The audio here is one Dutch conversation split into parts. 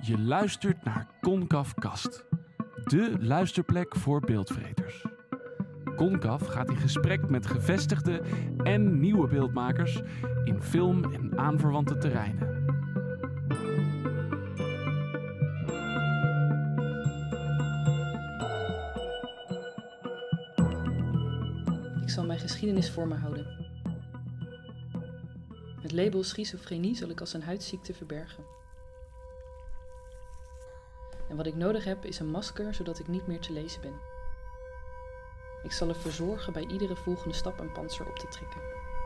Je luistert naar Concaf Kast, de luisterplek voor beeldvreters. Concaf gaat in gesprek met gevestigde en nieuwe beeldmakers in film- en aanverwante terreinen. Ik zal mijn geschiedenis voor me houden. Het label schizofrenie zal ik als een huidziekte verbergen. En wat ik nodig heb is een masker, zodat ik niet meer te lezen ben. Ik zal ervoor zorgen bij iedere volgende stap een pantser op te trekken.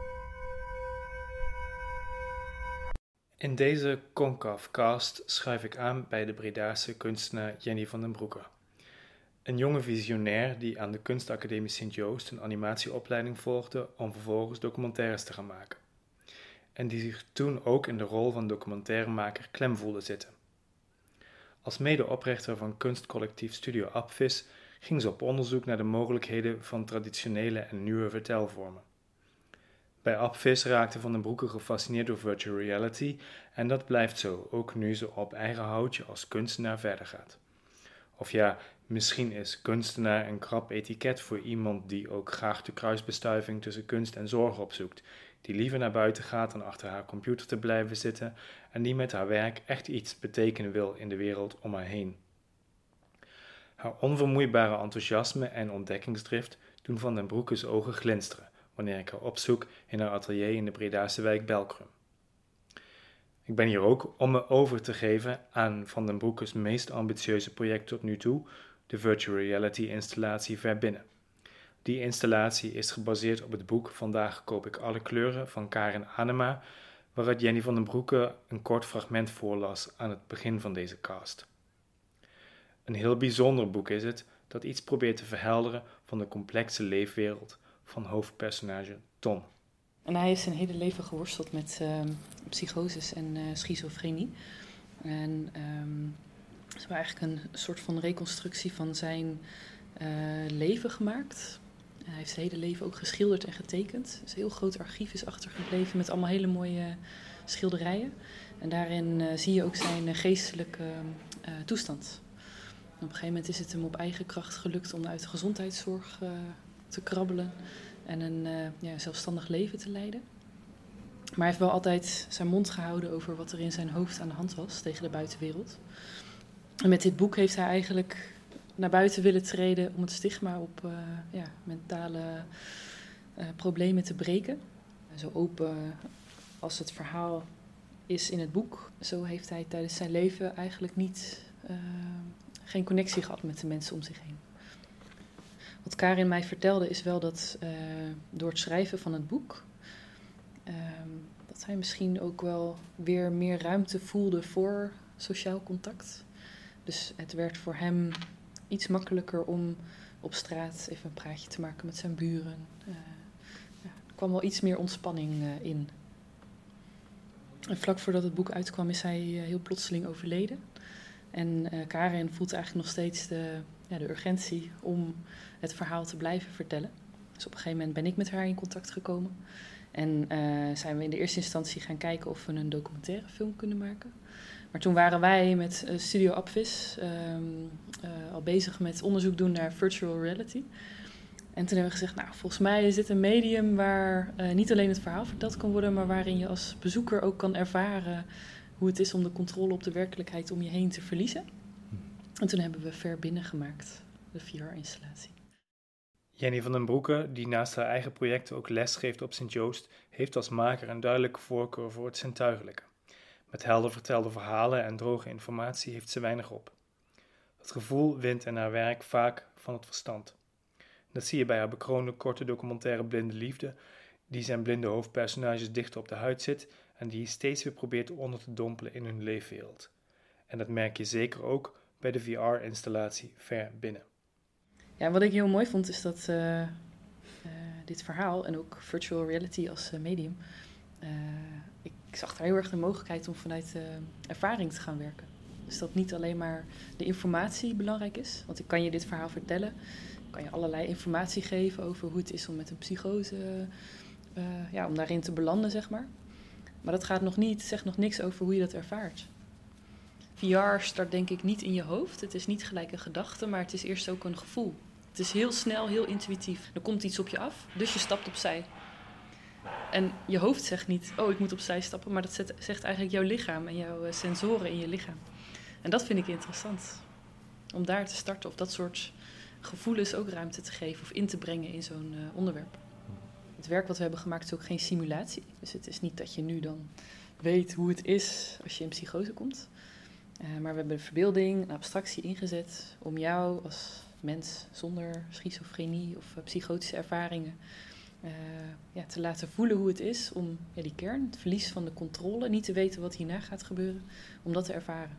In deze Concaf-cast schuif ik aan bij de Bredaarse kunstenaar Jenny van den Broeke. Een jonge visionair die aan de Kunstacademie Sint-Joost een animatieopleiding volgde om vervolgens documentaires te gaan maken. En die zich toen ook in de rol van documentairemaker klem voelde zitten. Als medeoprichter van kunstcollectief Studio Abvis ging ze op onderzoek naar de mogelijkheden van traditionele en nieuwe vertelvormen. Bij Abvis raakte Van den Broeke gefascineerd door virtual reality en dat blijft zo, ook nu ze op eigen houtje als kunstenaar verder gaat. Of ja, misschien is kunstenaar een krap etiket voor iemand die ook graag de kruisbestuiving tussen kunst en zorg opzoekt, die liever naar buiten gaat dan achter haar computer te blijven zitten en die met haar werk echt iets betekenen wil in de wereld om haar heen. Haar onvermoeibare enthousiasme en ontdekkingsdrift doen Van den Broeke's ogen glinsteren wanneer ik haar opzoek in haar atelier in de Bredaarse wijk Belkrum. Ik ben hier ook om me over te geven aan Van den Broeke's meest ambitieuze project tot nu toe, de virtual reality installatie Verbinnen. Die installatie is gebaseerd op het boek Vandaag koop ik alle kleuren van Karin Anema, waaruit Jenny van den Broeke een kort fragment voorlas aan het begin van deze cast. Een heel bijzonder boek is het, dat iets probeert te verhelderen van de complexe leefwereld van hoofdpersonage Tom. En hij heeft zijn hele leven geworsteld met psychoses en schizofrenie. En ze hebben eigenlijk een soort van reconstructie van zijn leven gemaakt. Hij heeft zijn hele leven ook geschilderd en getekend. Dus een heel groot archief is achtergebleven met allemaal hele mooie schilderijen. En daarin zie je ook zijn geestelijke toestand. En op een gegeven moment is het hem op eigen kracht gelukt om uit de gezondheidszorg te krabbelen en een zelfstandig leven te leiden. Maar hij heeft wel altijd zijn mond gehouden over wat er in zijn hoofd aan de hand was tegen de buitenwereld. En met dit boek heeft hij eigenlijk naar buiten willen treden om het stigma op mentale problemen te breken. Zo open als het verhaal is in het boek, zo heeft hij tijdens zijn leven eigenlijk geen connectie gehad met de mensen om zich heen. Wat Karin mij vertelde is wel dat door het schrijven van het boek dat hij misschien ook wel weer meer ruimte voelde voor sociaal contact. Dus het werd voor hem iets makkelijker om op straat even een praatje te maken met zijn buren. Er kwam wel iets meer ontspanning in. En vlak voordat het boek uitkwam is hij heel plotseling overleden. En Karin voelt eigenlijk nog steeds de urgentie om het verhaal te blijven vertellen. Dus op een gegeven moment ben ik met haar in contact gekomen. En zijn we in de eerste instantie gaan kijken of we een documentaire film kunnen maken. Maar toen waren wij met Studio Abvis al bezig met onderzoek doen naar virtual reality. En toen hebben we gezegd, volgens mij is dit een medium waar niet alleen het verhaal verteld kan worden, maar waarin je als bezoeker ook kan ervaren hoe het is om de controle op de werkelijkheid om je heen te verliezen. En toen hebben we Verbinnen gemaakt, de VR-installatie. Jenny van den Broeke, die naast haar eigen projecten ook les geeft op Sint-Joost, heeft als maker een duidelijke voorkeur voor het zintuigelijke. Met helder vertelde verhalen en droge informatie heeft ze weinig op. Het gevoel wint in haar werk vaak van het verstand. Dat zie je bij haar bekroonde korte documentaire Blinde Liefde, die zijn blinde hoofdpersonages dicht op de huid zit en die steeds weer probeert onder te dompelen in hun leefwereld. En dat merk je zeker ook bij de VR-installatie Verbinnen. Ja, wat ik heel mooi vond is dat dit verhaal en ook virtual reality als medium, ik zag daar heel erg de mogelijkheid om vanuit ervaring te gaan werken. Dus dat niet alleen maar de informatie belangrijk is, want ik kan je dit verhaal vertellen, ik kan je allerlei informatie geven over hoe het is om met een psychose, om daarin te belanden, zeg maar. Maar dat zegt nog niks over hoe je dat ervaart. VR start denk ik niet in je hoofd. Het is niet gelijk een gedachte, maar het is eerst ook een gevoel. Het is heel snel, heel intuïtief. Er komt iets op je af, dus je stapt opzij. En je hoofd zegt niet, ik moet opzij stappen, maar dat zegt eigenlijk jouw lichaam en jouw sensoren in je lichaam. En dat vind ik interessant. Om daar te starten of dat soort gevoelens ook ruimte te geven of in te brengen in zo'n onderwerp. Het werk wat we hebben gemaakt is ook geen simulatie. Dus het is niet dat je nu dan weet hoe het is als je in psychose komt. Maar we hebben verbeelding en abstractie ingezet om jou als mens zonder schizofrenie of psychotische ervaringen te laten voelen hoe het is om die kern, het verlies van de controle, niet te weten wat hierna gaat gebeuren, om dat te ervaren.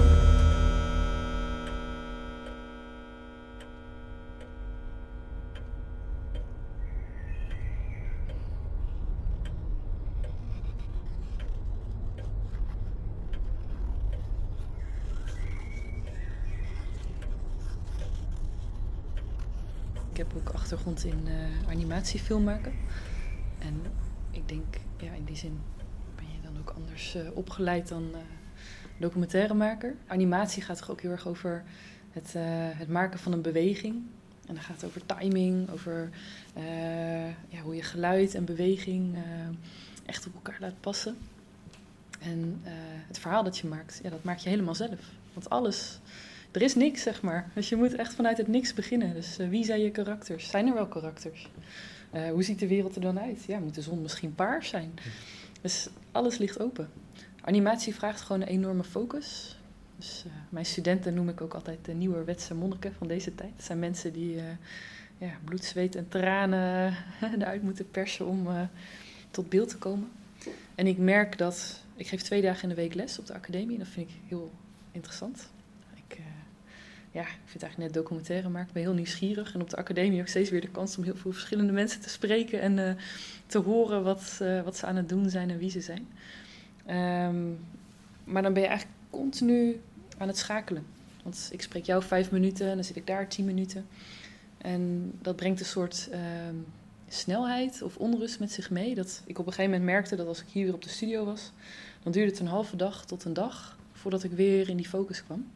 Ik heb ook achtergrond in animatiefilm maken. En ik denk, in die zin ben je dan ook anders opgeleid dan documentairemaker. Animatie gaat toch ook heel erg over het maken van een beweging. En dan gaat het over timing, over hoe je geluid en beweging echt op elkaar laat passen. En het verhaal dat je maakt, dat maak je helemaal zelf. Want er is niks, zeg maar. Dus je moet echt vanuit het niks beginnen. Dus wie zijn je karakters? Zijn er wel karakters? Hoe ziet de wereld er dan uit? Ja, moet de zon misschien paars zijn? Dus alles ligt open. Animatie vraagt gewoon een enorme focus. Dus mijn studenten noem ik ook altijd de nieuwerwetse monniken van deze tijd. Het zijn mensen die bloed, zweet en tranen eruit moeten persen om tot beeld te komen. En ik merk dat... Ik geef 2 dagen in de week les op de academie. En dat vind ik heel interessant. Ik vind eigenlijk net documentaire maken. Ik ben heel nieuwsgierig. En op de academie ook steeds weer de kans om heel veel verschillende mensen te spreken. En te horen wat ze aan het doen zijn en wie ze zijn. Maar dan ben je eigenlijk continu aan het schakelen. Want ik spreek jou 5 minuten en dan zit ik daar 10 minuten. En dat brengt een soort snelheid of onrust met zich mee. Dat ik op een gegeven moment merkte dat als ik hier weer op de studio was... dan duurde het een halve dag tot een dag voordat ik weer in die focus kwam.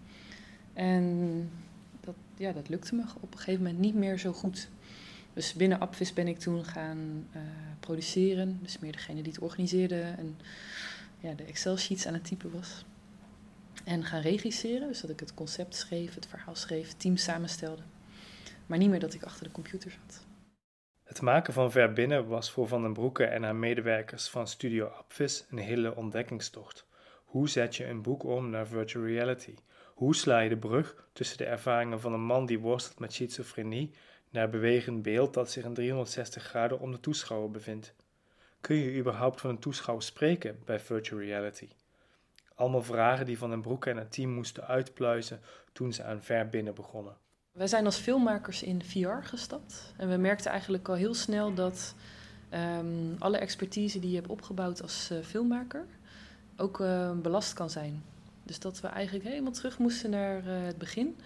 En dat lukte me op een gegeven moment niet meer zo goed. Dus binnen Apvis ben ik toen gaan produceren. Dus meer degene die het organiseerde en de Excel-sheets aan het typen was. En gaan regisseren, dus dat ik het concept schreef, het verhaal schreef, teams samenstelde. Maar niet meer dat ik achter de computer zat. Het maken van Ver Binnen was voor Van den Broeke en haar medewerkers van Studio Apvis een hele ontdekkingstocht. Hoe zet je een boek om naar virtual reality? Hoe sla je de brug tussen de ervaringen van een man die worstelt met schizofrenie naar bewegend beeld dat zich in 360 graden om de toeschouwer bevindt? Kun je überhaupt van een toeschouwer spreken bij virtual reality? Allemaal vragen die Van den Broeke en het team moesten uitpluizen toen ze aan Ver Binnen begonnen. Wij zijn als filmmakers in VR gestapt. En we merkten eigenlijk al heel snel dat alle expertise die je hebt opgebouwd als filmmaker ook belast kan zijn. Dus dat we eigenlijk helemaal terug moesten naar het begin.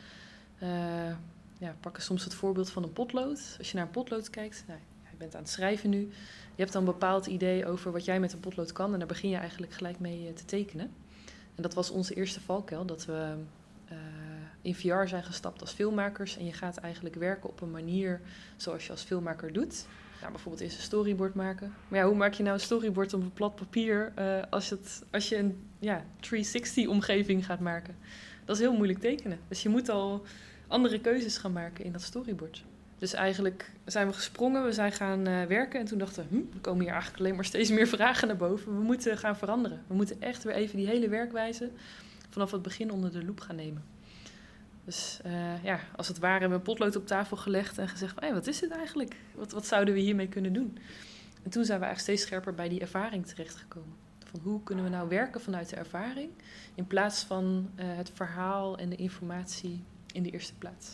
Pakken soms het voorbeeld van een potlood. Als je naar een potlood kijkt, je bent aan het schrijven nu. Je hebt dan een bepaald idee over wat jij met een potlood kan. En daar begin je eigenlijk gelijk mee te tekenen. En dat was onze eerste valkuil, dat we in VR zijn gestapt als filmmakers. En je gaat eigenlijk werken op een manier zoals je als filmmaker doet. Nou, bijvoorbeeld eerst een storyboard maken. Maar hoe maak je nou een storyboard op een plat papier als je een 360-omgeving gaat maken? Dat is heel moeilijk tekenen. Dus je moet al andere keuzes gaan maken in dat storyboard. Dus eigenlijk zijn we gesprongen, we zijn gaan werken en toen dachten we, er komen hier eigenlijk alleen maar steeds meer vragen naar boven. We moeten gaan veranderen. We moeten echt weer even die hele werkwijze vanaf het begin onder de loep gaan nemen. Dus als het ware hebben we een potlood op tafel gelegd en gezegd, wat is dit eigenlijk? Wat zouden we hiermee kunnen doen? En toen zijn we eigenlijk steeds scherper bij die ervaring terechtgekomen. Van hoe kunnen we nou werken vanuit de ervaring in plaats van het verhaal en de informatie in de eerste plaats.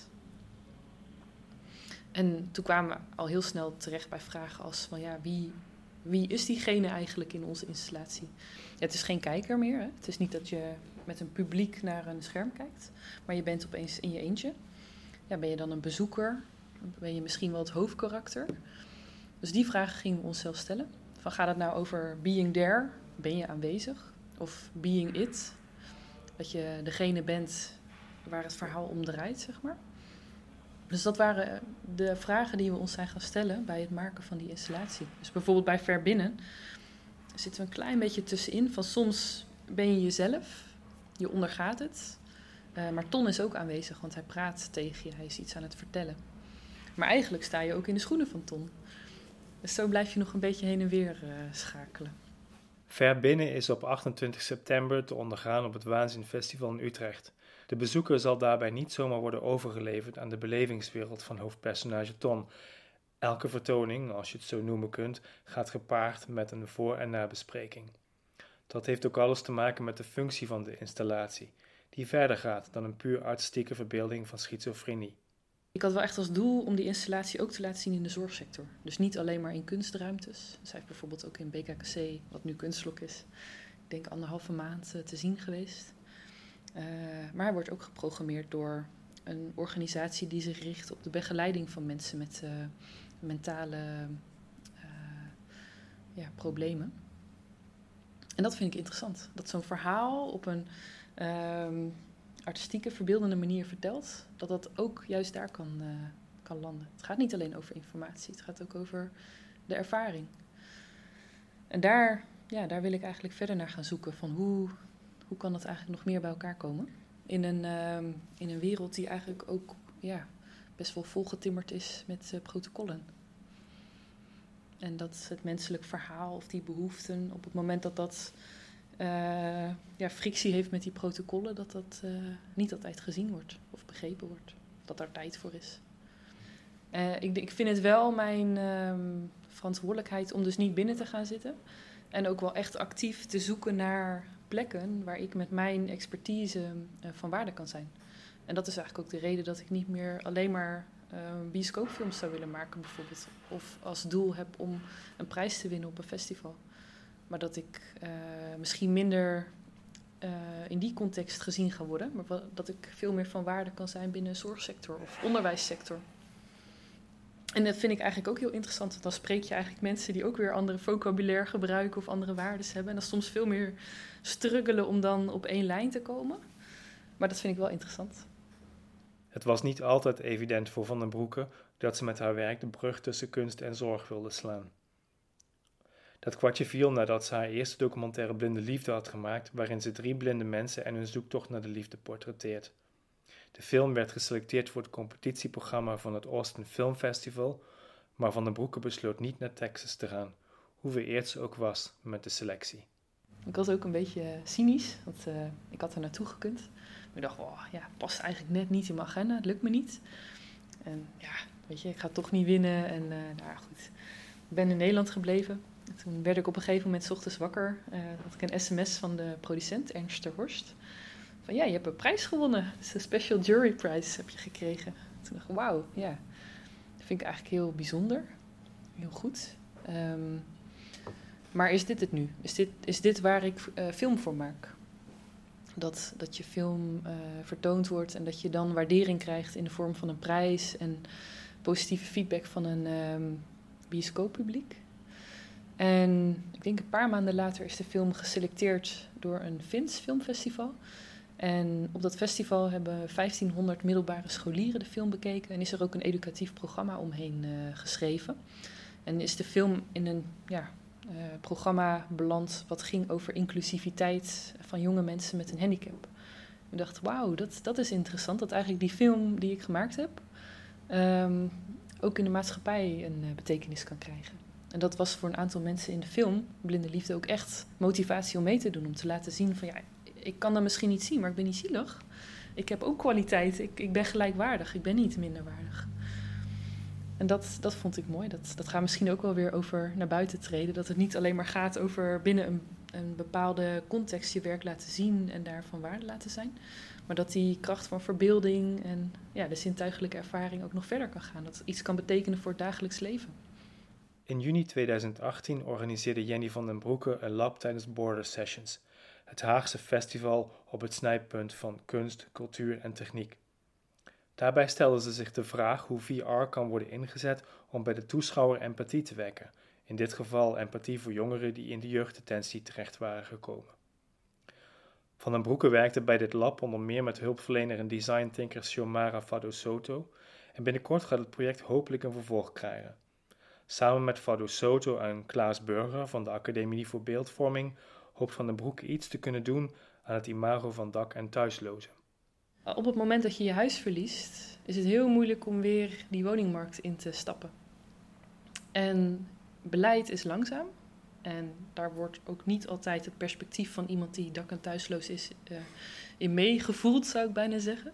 En toen kwamen we al heel snel terecht bij vragen als van wie is diegene eigenlijk in onze installatie? Ja, het is geen kijker meer. Hè? Het is niet dat je met een publiek naar een scherm kijkt, maar je bent opeens in je eentje. Ja, ben je dan een bezoeker? Ben je misschien wel het hoofdkarakter? Dus die vragen gingen we onszelf stellen. Van gaat het nou over being there? Ben je aanwezig? Of being it? Dat je degene bent waar het verhaal om draait, zeg maar. Dus dat waren de vragen die we ons zijn gaan stellen bij het maken van die installatie. Dus bijvoorbeeld bij Ver Binnen zitten we een klein beetje tussenin. Van soms ben je jezelf, je ondergaat het. Maar Ton is ook aanwezig, want hij praat tegen je, hij is iets aan het vertellen. Maar eigenlijk sta je ook in de schoenen van Ton. Dus zo blijf je nog een beetje heen en weer schakelen. Ver Binnen is op 28 september te ondergaan op het Waanzin Festival in Utrecht. De bezoeker zal daarbij niet zomaar worden overgeleverd aan de belevingswereld van hoofdpersonage Ton. Elke vertoning, als je het zo noemen kunt, gaat gepaard met een voor- en nabespreking. Dat heeft ook alles te maken met de functie van de installatie, die verder gaat dan een puur artistieke verbeelding van schizofrenie. Ik had wel echt als doel om die installatie ook te laten zien in de zorgsector. Dus niet alleen maar in kunstruimtes. Zij heeft bijvoorbeeld ook in BKKC, wat nu Kunstlok is, ik denk 1,5 maand te zien geweest. Maar hij wordt ook geprogrammeerd door een organisatie die zich richt op de begeleiding van mensen met mentale problemen. En dat vind ik interessant. Dat zo'n verhaal op een artistieke, verbeeldende manier vertelt, dat dat ook juist daar kan landen. Het gaat niet alleen over informatie, het gaat ook over de ervaring. En daar wil ik eigenlijk verder naar gaan zoeken van hoe kan dat eigenlijk nog meer bij elkaar komen. In een wereld die eigenlijk ook best wel volgetimmerd is met protocollen. En dat het menselijk verhaal of die behoeften, op het moment dat frictie heeft met die protocollen, dat niet altijd gezien wordt of begrepen wordt. Dat daar tijd voor is. Ik vind het wel mijn verantwoordelijkheid om dus niet binnen te gaan zitten. En ook wel echt actief te zoeken naar plekken waar ik met mijn expertise van waarde kan zijn. En dat is eigenlijk ook de reden dat ik niet meer alleen maar bioscoopfilms zou willen maken bijvoorbeeld. Of als doel heb om een prijs te winnen op een festival. Maar dat ik misschien minder in die context gezien ga worden. Maar dat ik veel meer van waarde kan zijn binnen een zorgsector of onderwijssector. En dat vind ik eigenlijk ook heel interessant. Want dan spreek je eigenlijk mensen die ook weer andere vocabulaire gebruiken of andere waardes hebben. En dan soms veel meer struggelen om dan op één lijn te komen. Maar dat vind ik wel interessant. Het was niet altijd evident voor Van den Broeke dat ze met haar werk de brug tussen kunst en zorg wilde slaan. Dat kwartje viel nadat ze haar eerste documentaire Blinde Liefde had gemaakt, waarin ze 3 blinde mensen en hun zoektocht naar de liefde portretteert. De film werd geselecteerd voor het competitieprogramma van het Austin Film Festival, maar Van den Broeke besloot niet naar Texas te gaan, hoe vereerd ze ook was met de selectie. Ik was ook een beetje cynisch, want ik had er naartoe gekund. Maar ik dacht, past eigenlijk net niet in mijn agenda, het lukt me niet. En weet je, ik ga toch niet winnen. En goed, ik ben in Nederland gebleven. En toen werd ik op een gegeven moment 's ochtends wakker. Had ik een sms van de producent, Ernst ter Horst. Van je hebt een prijs gewonnen. Dus een special jury prize heb je gekregen. Toen dacht ik, wauw, ja. Dat vind ik eigenlijk heel bijzonder. Heel goed. Maar is dit het nu? Is dit waar ik film voor maak? Dat je film vertoond wordt en dat je dan waardering krijgt in de vorm van een prijs en positieve feedback van een bioscooppubliek. En ik denk een paar maanden later is de film geselecteerd door een Fins filmfestival. En op dat festival hebben 1500 middelbare scholieren de film bekeken en is er ook een educatief programma omheen geschreven. En is de film in een programma beland wat ging over inclusiviteit van jonge mensen met een handicap. Ik dacht, wauw, dat is interessant. Dat eigenlijk die film die ik gemaakt heb ook in de maatschappij een betekenis kan krijgen. En dat was voor een aantal mensen in de film, Blinde Liefde, ook echt motivatie om mee te doen. Om te laten zien van ik kan dat misschien niet zien, maar ik ben niet zielig. Ik heb ook kwaliteit, ik ben gelijkwaardig, ik ben niet minderwaardig. En dat vond ik mooi. Dat gaat misschien ook wel weer over naar buiten treden. Dat het niet alleen maar gaat over binnen een bepaalde context je werk laten zien en daar van waarde laten zijn. Maar dat die kracht van verbeelding en de zintuigelijke ervaring ook nog verder kan gaan. Dat het iets kan betekenen voor het dagelijks leven. In juni 2018 organiseerde Jenny van den Broeke een lab tijdens Border Sessions, het Haagse festival op het snijpunt van kunst, cultuur en techniek. Daarbij stelde ze zich de vraag hoe VR kan worden ingezet om bij de toeschouwer empathie te wekken, in dit geval empathie voor jongeren die in de jeugddetentie terecht waren gekomen. Van den Broeke werkte bij dit lab onder meer met hulpverlener en design thinker Xiomara Fado Soto en binnenkort gaat het project hopelijk een vervolg krijgen. Samen met Fado Soto en Klaas Burger van de Academie voor Beeldvorming hoopt Van den Broeke iets te kunnen doen aan het imago van dak- en thuislozen. Op het moment dat je je huis verliest, is het heel moeilijk om weer die woningmarkt in te stappen. En beleid is langzaam. En daar wordt ook niet altijd het perspectief van iemand die dak- en thuisloos is in meegevoeld, zou ik bijna zeggen.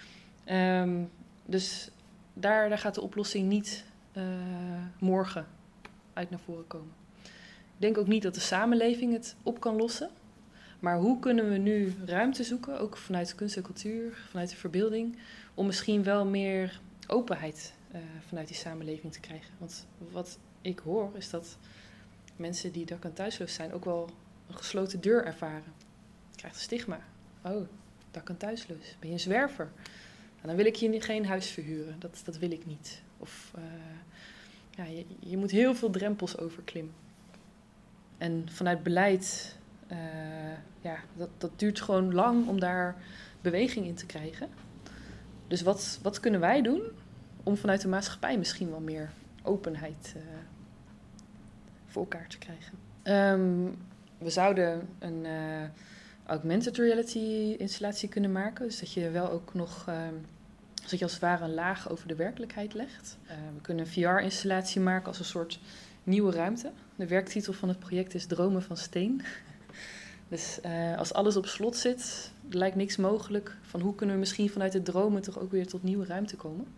Dus daar gaat de oplossing niet morgen uit naar voren komen. Ik denk ook niet dat de samenleving het op kan lossen. Maar hoe kunnen we nu ruimte zoeken, ook vanuit kunst en cultuur, vanuit de verbeelding, om misschien wel meer openheid vanuit die samenleving te krijgen? Want wat ik hoor is dat mensen die dak- en thuisloos zijn ook wel een gesloten deur ervaren. Je krijgt een stigma. Oh, dak- en thuisloos. Ben je een zwerver? Nou, dan wil ik je geen huis verhuren. Dat wil ik niet. Of je moet heel veel drempels overklimmen. En vanuit beleid, dat duurt gewoon lang om daar beweging in te krijgen. Dus wat kunnen wij doen om vanuit de maatschappij misschien wel meer openheid voor elkaar te krijgen? We zouden een augmented reality installatie kunnen maken. Dus dat je wel ook nog, dat je als het ware een laag over de werkelijkheid legt. We kunnen een VR-installatie maken als een soort nieuwe ruimte. De werktitel van het project is Dromen van Steen. Dus als alles op slot zit, lijkt niks mogelijk. Van hoe kunnen we misschien vanuit de dromen toch ook weer tot nieuwe ruimte komen.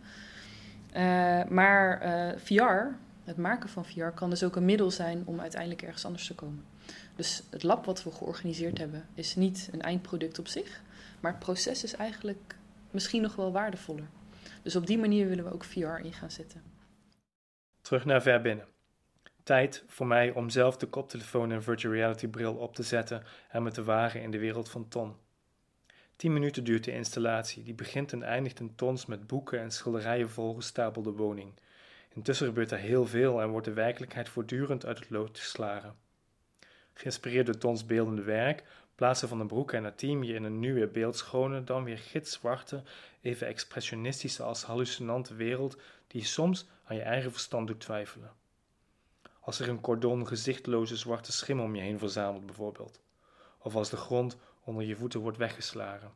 Maar VR, het maken van VR, kan dus ook een middel zijn om uiteindelijk ergens anders te komen. Dus het lab wat we georganiseerd hebben is niet een eindproduct op zich. Maar het proces is eigenlijk misschien nog wel waardevoller. Dus op die manier willen we ook VR in gaan zetten. Terug naar ver binnen. Tijd voor mij om zelf de koptelefoon en virtual reality bril op te zetten en me te wagen in de wereld van Ton. 10 minuten duurt de installatie, die begint en eindigt in Tons met boeken en schilderijen volgestapelde woning. Intussen gebeurt er heel veel en wordt de werkelijkheid voortdurend uit het lood geslagen. Geïnspireerd door Tons beeldende werk plaatsen Van den Broeke en haar team je in een nu weer beeldschone, dan weer gitzwarte, even expressionistische als hallucinante wereld die je soms aan je eigen verstand doet twijfelen. Als er een cordon gezichtloze zwarte schim om je heen verzamelt bijvoorbeeld. Of als de grond onder je voeten wordt weggeslagen.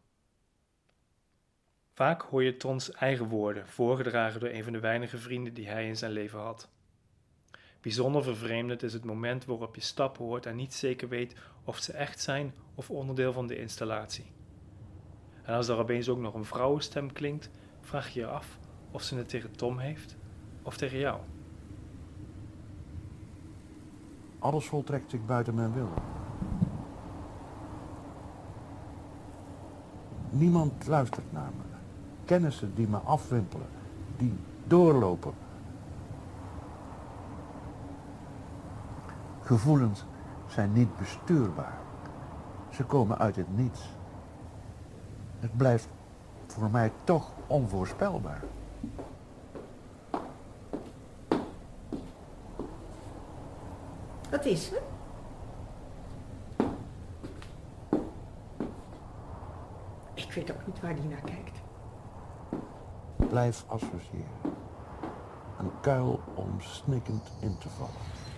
Vaak hoor je Tons eigen woorden, voorgedragen door een van de weinige vrienden die hij in zijn leven had. Bijzonder vervreemdend is het moment waarop je stappen hoort en niet zeker weet of ze echt zijn of onderdeel van de installatie. En als er opeens ook nog een vrouwenstem klinkt, vraag je je af of ze het tegen Tom heeft of tegen jou. Alles voltrekt zich buiten mijn wil. Niemand luistert naar me. Kennissen die me afwimpelen, die doorlopen. Gevoelens zijn niet bestuurbaar. Ze komen uit het niets. Het blijft voor mij toch onvoorspelbaar. Wat is er? Ik weet ook niet waar die naar kijkt. Blijf associëren. Een kuil om snikkend in te vallen.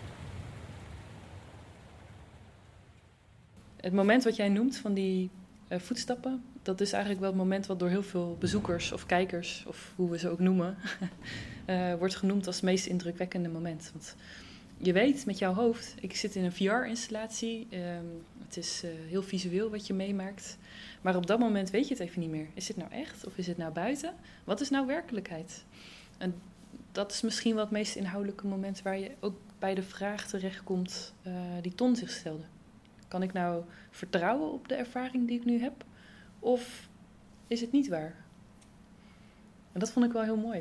Het moment wat jij noemt van die voetstappen, dat is eigenlijk wel het moment wat door heel veel bezoekers of kijkers, of hoe we ze ook noemen, wordt genoemd als het meest indrukwekkende moment. Want je weet met jouw hoofd, ik zit in een VR-installatie, het is heel visueel wat je meemaakt, maar op dat moment weet je het even niet meer. Is het nou echt of is het nou buiten? Wat is nou werkelijkheid? En dat is misschien wel het meest inhoudelijke moment waar je ook bij de vraag terechtkomt die Ton zich stelde. Kan ik nou vertrouwen op de ervaring die ik nu heb? Of is het niet waar? En dat vond ik wel heel mooi,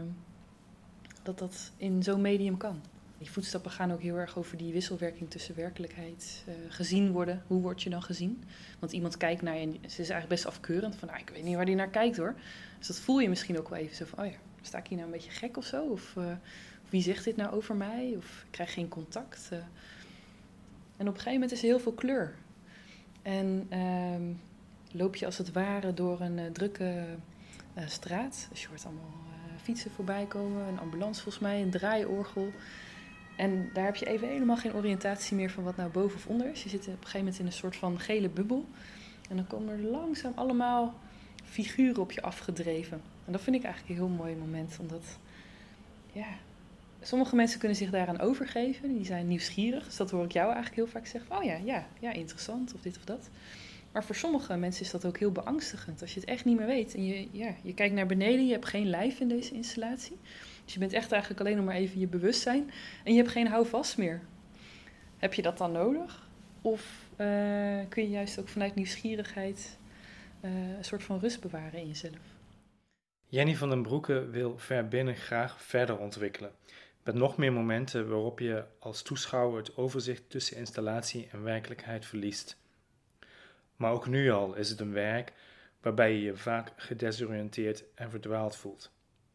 dat in zo'n medium kan. Die voetstappen gaan ook heel erg over die wisselwerking tussen werkelijkheid, gezien worden. Hoe word je dan gezien? Want iemand kijkt naar je en ze is eigenlijk best afkeurend. Van, ik weet niet waar die naar kijkt hoor. Dus dat voel je misschien ook wel even zo van, sta ik hier nou een beetje gek of zo? Of wie zegt dit nou over mij? Of ik krijg geen contact. En op een gegeven moment is er heel veel kleur. En loop je als het ware door een drukke straat. Dus je hoort allemaal fietsen voorbij komen, een ambulance volgens mij, een draaiorgel. En daar heb je even helemaal geen oriëntatie meer van wat nou boven of onder is. Je zit op een gegeven moment in een soort van gele bubbel. En dan komen er langzaam allemaal figuren op je afgedreven. En dat vind ik eigenlijk een heel mooi moment. Omdat, ja, sommige mensen kunnen zich daaraan overgeven. Die zijn nieuwsgierig. Dus dat hoor ik jou eigenlijk heel vaak zeggen. Oh ja, interessant of dit of dat. Maar voor sommige mensen is dat ook heel beangstigend. Als je het echt niet meer weet. En je kijkt naar beneden. Je hebt geen lijf in deze installatie. Dus je bent echt eigenlijk alleen nog maar even je bewustzijn. En je hebt geen houvast meer. Heb je dat dan nodig? Of kun je juist ook vanuit nieuwsgierigheid een soort van rust bewaren in jezelf? Jenny van den Broeke wil Verbinnen graag verder ontwikkelen. Met nog meer momenten waarop je als toeschouwer het overzicht tussen installatie en werkelijkheid verliest. Maar ook nu al is het een werk waarbij je je vaak gedesoriënteerd en verdwaald voelt.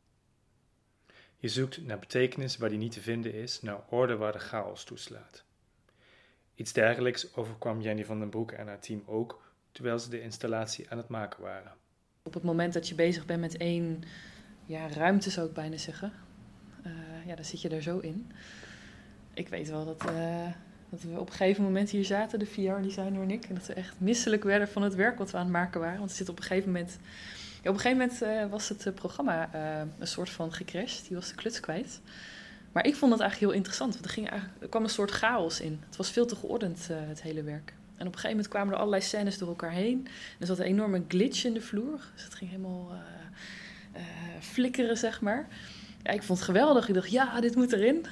Je zoekt naar betekenis waar die niet te vinden is, naar orde waar de chaos toeslaat. Iets dergelijks overkwam Jenny van den Broeke en haar team ook, terwijl ze de installatie aan het maken waren. Op het moment dat je bezig bent met één ruimte, zou ik bijna zeggen, dan zit je er zo in. Ik weet wel dat we op een gegeven moment hier zaten, de VR-designer en ik, en dat we echt misselijk werden van het werk wat we aan het maken waren. Want er zit op een gegeven moment was het programma een soort van gecrashed. Die was de kluts kwijt. Maar ik vond dat eigenlijk heel interessant. Want er kwam een soort chaos in. Het was veel te geordend, het hele werk. En op een gegeven moment kwamen er allerlei scènes door elkaar heen. Er zat een enorme glitch in de vloer. Dus het ging helemaal flikkeren, zeg maar. Ja, ik vond het geweldig. Ik dacht, ja, dit moet erin.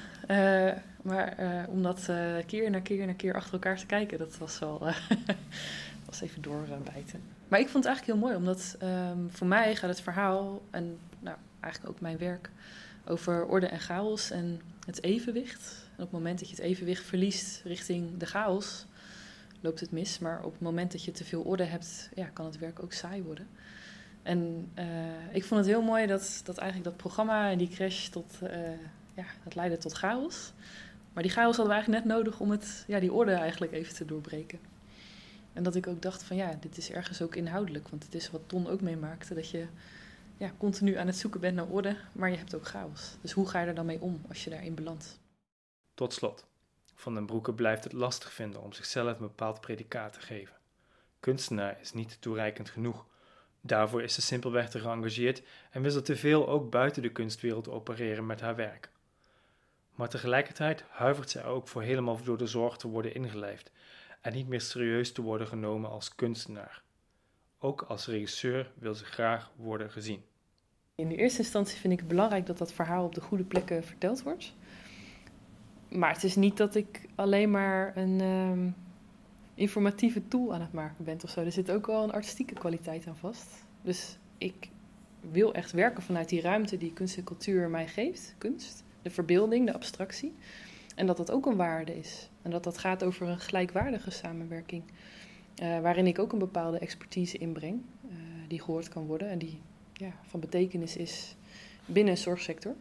Maar om dat keer na keer achter elkaar te kijken, dat was wel was even doorbijten. Maar ik vond het eigenlijk heel mooi, omdat voor mij gaat het verhaal en eigenlijk ook mijn werk over orde en chaos en het evenwicht. En op het moment dat je het evenwicht verliest richting de chaos, loopt het mis. Maar op het moment dat je te veel orde hebt, kan het werk ook saai worden. En ik vond het heel mooi dat eigenlijk dat programma en die crash dat leidde tot chaos. Maar die chaos hadden we eigenlijk net nodig om die orde eigenlijk even te doorbreken. En dat ik ook dacht van dit is ergens ook inhoudelijk. Want het is wat Ton ook meemaakte, dat je continu aan het zoeken bent naar orde, maar je hebt ook chaos. Dus hoe ga je er dan mee om als je daarin belandt? Tot slot, Van den Broeke blijft het lastig vinden om zichzelf een bepaald predicaat te geven. Kunstenaar is niet toereikend genoeg. Daarvoor is ze simpelweg te geëngageerd en wil ze te veel ook buiten de kunstwereld opereren met haar werk. Maar tegelijkertijd huivert zij ook voor helemaal door de zorg te worden ingelijfd en niet meer serieus te worden genomen als kunstenaar. Ook als regisseur wil ze graag worden gezien. In de eerste instantie vind ik het belangrijk dat dat verhaal op de goede plekken verteld wordt. Maar het is niet dat ik alleen maar een informatieve tool aan het maken ben of zo. Er zit ook wel een artistieke kwaliteit aan vast. Dus ik wil echt werken vanuit die ruimte die kunst en cultuur mij geeft. Kunst, de verbeelding, de abstractie. En dat dat ook een waarde is. En dat dat gaat over een gelijkwaardige samenwerking. Waarin ik ook een bepaalde expertise inbreng. Die gehoord kan worden en die van betekenis is binnen een zorgsector.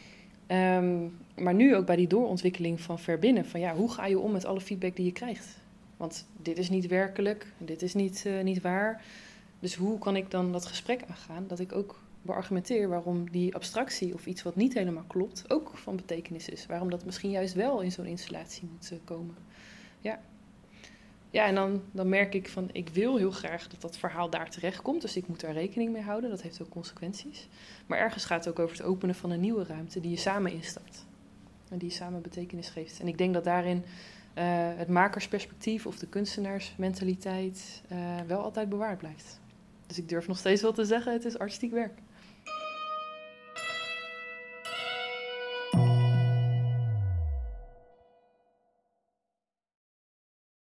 Maar nu ook bij die doorontwikkeling van Verbinnen. Van hoe ga je om met alle feedback die je krijgt? Want dit is niet werkelijk, dit is niet waar. Dus hoe kan ik dan dat gesprek aangaan? Dat ik ook beargumenteer waarom die abstractie of iets wat niet helemaal klopt ook van betekenis is. Waarom dat misschien juist wel in zo'n installatie moet komen. Ja, en dan merk ik van, ik wil heel graag dat dat verhaal daar terecht komt. Dus ik moet daar rekening mee houden. Dat heeft ook consequenties. Maar ergens gaat het ook over het openen van een nieuwe ruimte die je samen instapt. En die je samen betekenis geeft. En ik denk dat daarin het makersperspectief of de kunstenaarsmentaliteit wel altijd bewaard blijft. Dus ik durf nog steeds wel te zeggen, het is artistiek werk.